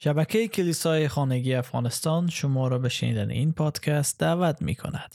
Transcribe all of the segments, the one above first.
شبکه کلیسای خانگی افغانستان شما را به شنیدن این پادکست دعوت می کند.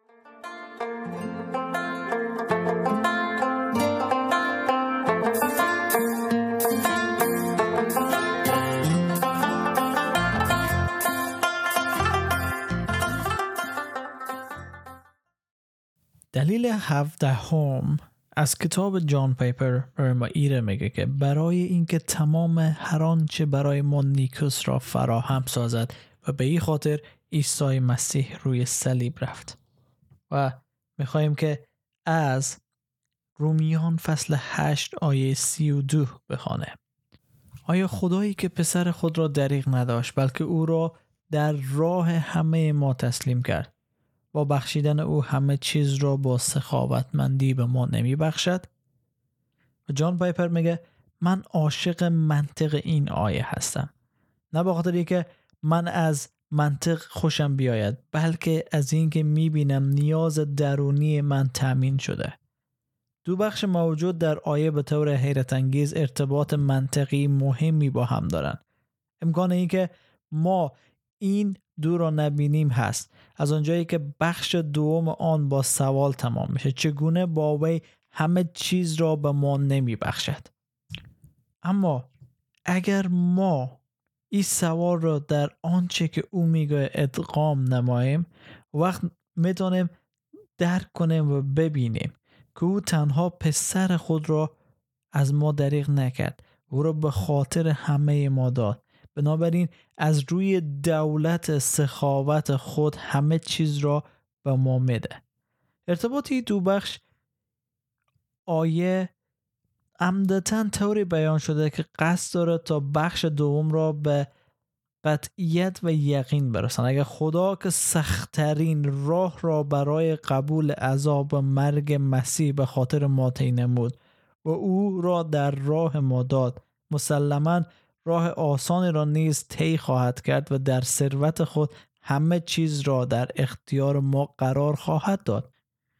دلیل 17 از کتاب جان پیپر برای ما ایره میگه که برای اینکه تمام هر آنچه برای ما نیکوست را فراهم سازد و به این خاطر عیسی مسیح روی صلیب رفت. و میخوایم که از رومیان فصل 8 آیه 32 بخوانه. آیا خدایی که پسر خود را دریغ نداشت بلکه او را در راه همه ما تسلیم کرد، با بخشیدن او همه چیز را با سخاوتمندی به ما نمی بخشد؟ و جان پایپر میگه من عاشق منطق این آیه هستم. نه به خاطر که من از منطق خوشم بیاید، بلکه از این که میبینم نیاز درونی من تامین شده. دو بخش موجود در آیه به طور حیرت انگیز ارتباط منطقی مهمی با هم دارن. امکان این که ما این دو را نبینیم هست از آنجایی که بخش دوم آن با سوال تمام میشه: چگونه با وی همه چیز را به ما نمی بخشد؟ اما اگر ما این سوال را در آنچه که او میگه ادغام نماییم، وقت میتونیم درک کنیم و ببینیم که او تنها پسر خود را از ما دریغ نکرد، او را به خاطر همه ما داد. بنابراین از روی دولت سخاوت خود همه چیز را به ما میده. ارتباطی دو بخش آیه عمدتاً طوری بیان شده که قصد داره تا بخش دوم را به قطعیت و یقین برسن. اگر خدا که سخت‌ترین راه را برای قبول عذاب و مرگ مسیح به خاطر ما طی نمود و او را در راه ما داد، مسلماً راه آسانی را نیز طی خواهد کرد و در ثروت خود همه چیز را در اختیار ما قرار خواهد داد.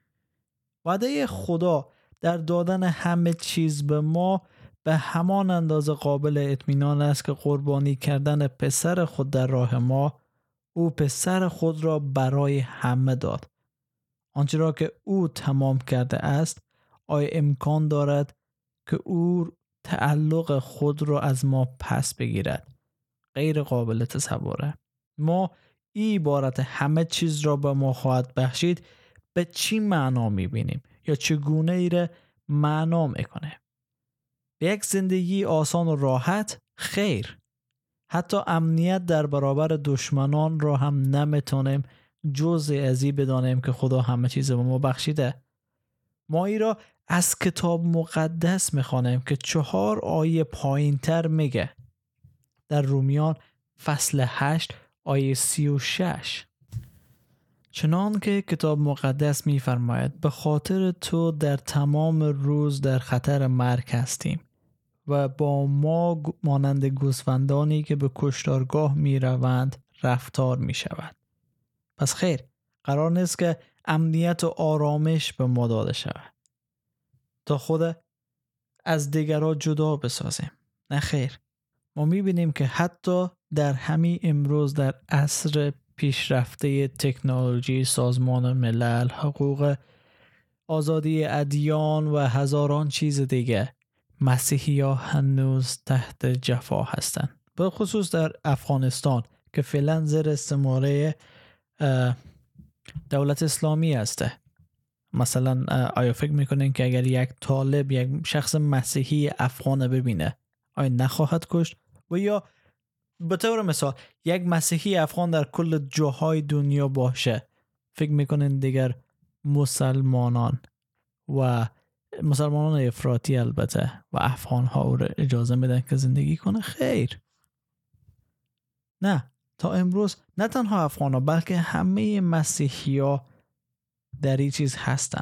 وعده خدا در دادن همه چیز به ما به همان اندازه قابل اطمینان است که قربانی کردن پسر خود در راه ما. او پسر خود را برای همه داد. آنچه را که او تمام کرده است، آیا امکان دارد که او تعلق خود را از ما پس بگیرد؟ غیر قابل تصوره. ما این عبارت همه چیز را به ما خواهد بخشید به چی معنا میبینیم یا چگونه ای را معنا میکنه؟ به یک زندگی آسان و راحت؟ خیر. حتی امنیت در برابر دشمنان را هم نمیتونیم جزء از این بدانیم که خدا همه چیز به ما بخشیده. ما ای را از کتاب مقدس میخوانیم که 4 آیه پایین تر میگه در رومیان فصل 8 آیه 36: چنان که کتاب مقدس میفرماید به خاطر تو در تمام روز در خطر مرگ هستیم و با ما مانند گوسفندانی که به کشتارگاه می روند رفتار می شود. پس خیر، قرار نیست که امنیت و آرامش به ما داده شود تا خود از دیگران جدا بسازیم. نه خیر. ما می بینیم که حتی در همین امروز در عصر پیشرفته تکنولوژی، سازمان ملل، حقوق آزادی ادیان و هزاران چیز دیگه، مسیحی ها هنوز تحت جفا هستند. به خصوص در افغانستان که فعلا زیر استعماره دولت اسلامی هسته. مثلا آیا فکر میکنین که اگر یک طالب یک شخص مسیحی افغان ببینه آیا نخواهد کشت؟ و یا به طور مثال یک مسیحی افغان در کل جاهای دنیا باشه، فکر میکنین دیگر مسلمانان افراطی البته و افغان ها او را اجازه میدن که زندگی کنه؟ خیر. نه، تا امروز نه تنها افغان ها بلکه همه مسیحی ها در این چیز هستن.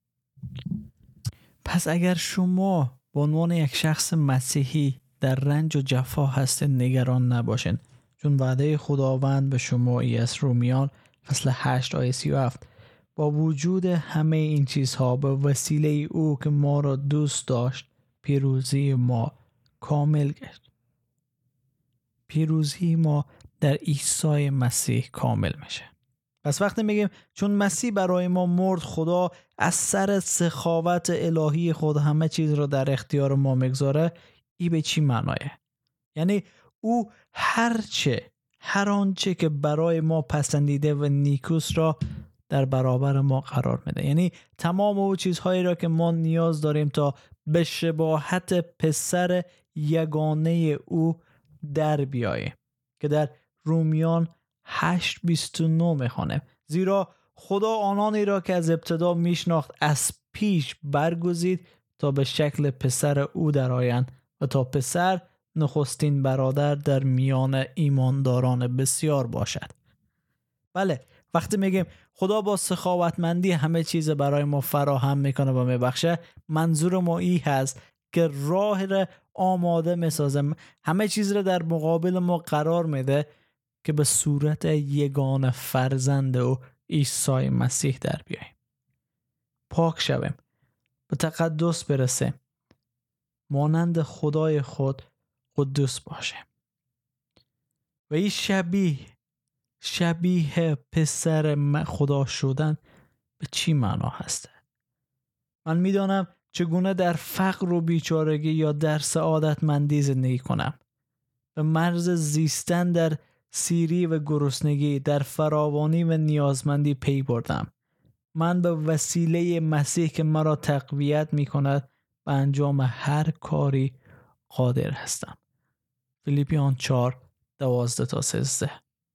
پس اگر شما به عنوان یک شخص مسیحی در رنج و جفا هستین، نگران نباشین، چون وعده خداوند به شما ای از رومیان فصل 8 آیه 37: با وجود همه این چیزها به وسیله او که ما را دوست داشت پیروزی ما کامل گشت. پیروزی ما در عیسی مسیح کامل میشه. پس وقتی میگیم چون مسیح برای ما مرد، خدا از سر سخاوت الهی خود همه چیز رو در اختیار ما میگذاره، این به چی معنایه؟ یعنی او هر آنچه که برای ما پسندیده و نیکوست را در برابر ما قرار میده. یعنی تمام او چیزهایی را که ما نیاز داریم تا به شباهت پسر یگانه او در بیاییم که در رومیان 8:29 میخوانیم. زیرا خدا آنانی را که از ابتدا میشناخت از پیش برگزید تا به شکل پسر او درآیند و تا پسر نخستین برادر در میان ایمانداران بسیار باشد. بله، وقتی میگیم خدا با سخاوتمندی همه چیز برای ما فراهم میکنه و میبخشه، منظور ما این هست که راه را آماده میسازه، همه چیز را در مقابل ما قرار میده که به صورت یگانه فرزند او عیسی مسیح در بیاییم، پاک شویم، به تقدس برسیم، مانند خدای خود قدوس باشیم. و این شبیه پسر خدا شدن به چی معنا هسته؟ من میدانم چگونه در فقر و بیچارگی یا در سعادتمندی زندگی کنم، به مرز زیستن در سیری و گرسنگی، در فراوانی و نیازمندی پی بردم. من به وسیله مسیح که مرا تقویت می کند به انجام هر کاری قادر هستم. فیلیپیان 4:12-13.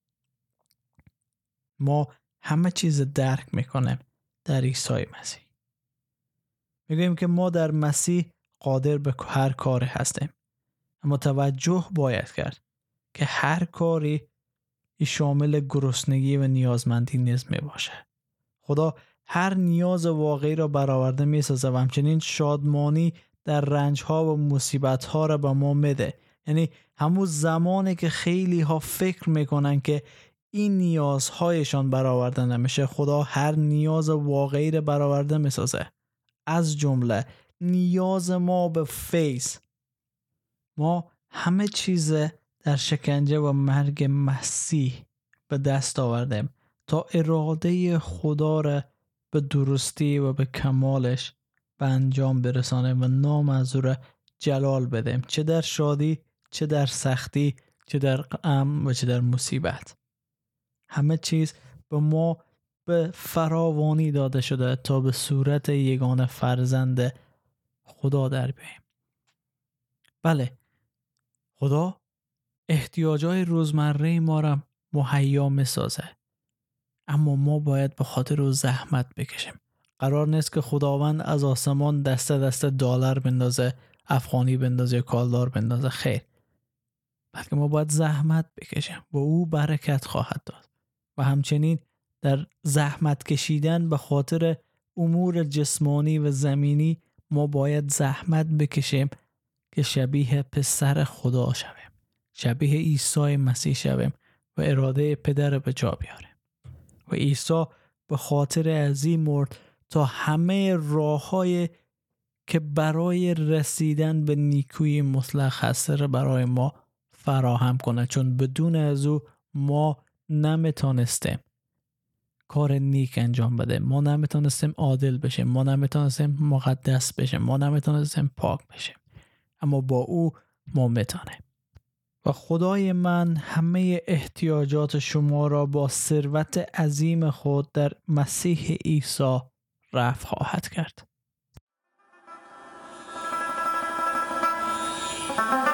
ما همه چیز درک میکنیم در عیسی مسیح. میگویم که ما در مسیح قادر به هر کاری هستیم، اما توجه باید کرد که هر کاری شامل گرسنگی و نیازمندی نیز می باشه. خدا هر نیاز واقعی را برآورده می سازه و همچنین شادمانی در رنج ها و مصیبت ها را به ما میده. یعنی همون زمانی که خیلی ها فکر میکنن که این نیازهایشان برآورده نمیشه، خدا هر نیاز واقعی را برآورده می سازه. از جمله نیاز ما به فیض. ما همه چیز در شکنجه و مرگ مسیح به دست آوردیم تا اراده خدا را به درستی و به کمالش به انجام برسانیم و نام از او را جلال بدیم، چه در شادی، چه در سختی، چه در غم و چه در مصیبت. همه چیز به ما به فراوانی داده شده تا به صورت یگانه فرزند خدا در بیاییم. بله، خدا احتیاجات روزمره ما را مهیا می‌سازه، اما ما باید به خاطر او زحمت بکشیم. قرار نیست که خداوند از آسمان دسته دلار بندازه، افغانی بندازه یا کالدار بندازه، خیر. بلکه ما باید زحمت بکشیم و او برکت خواهد داد. و همچنین در زحمت کشیدن به خاطر امور جسمانی و زمینی ما باید زحمت بکشیم که شبیه پسر خدا شویم، شبیه عیسی مسیح شویم و اراده پدر به جا بیاریم. و عیسی به خاطر ازی مرد تا همه راه‌های که برای رسیدن به نیکویی مطلق هست را برای ما فراهم کنه، چون بدون از او ما نمیتونستیم کار نیک انجام بده، ما نمیتونستیم عادل بشیم، ما نمیتونستیم مقدس بشیم، ما نمیتونستیم پاک بشیم، اما با او ما میتونیم. و خدای من همه احتیاجات شما را با ثروت عظیم خود در مسیح عیسی رفع خواهد کرد.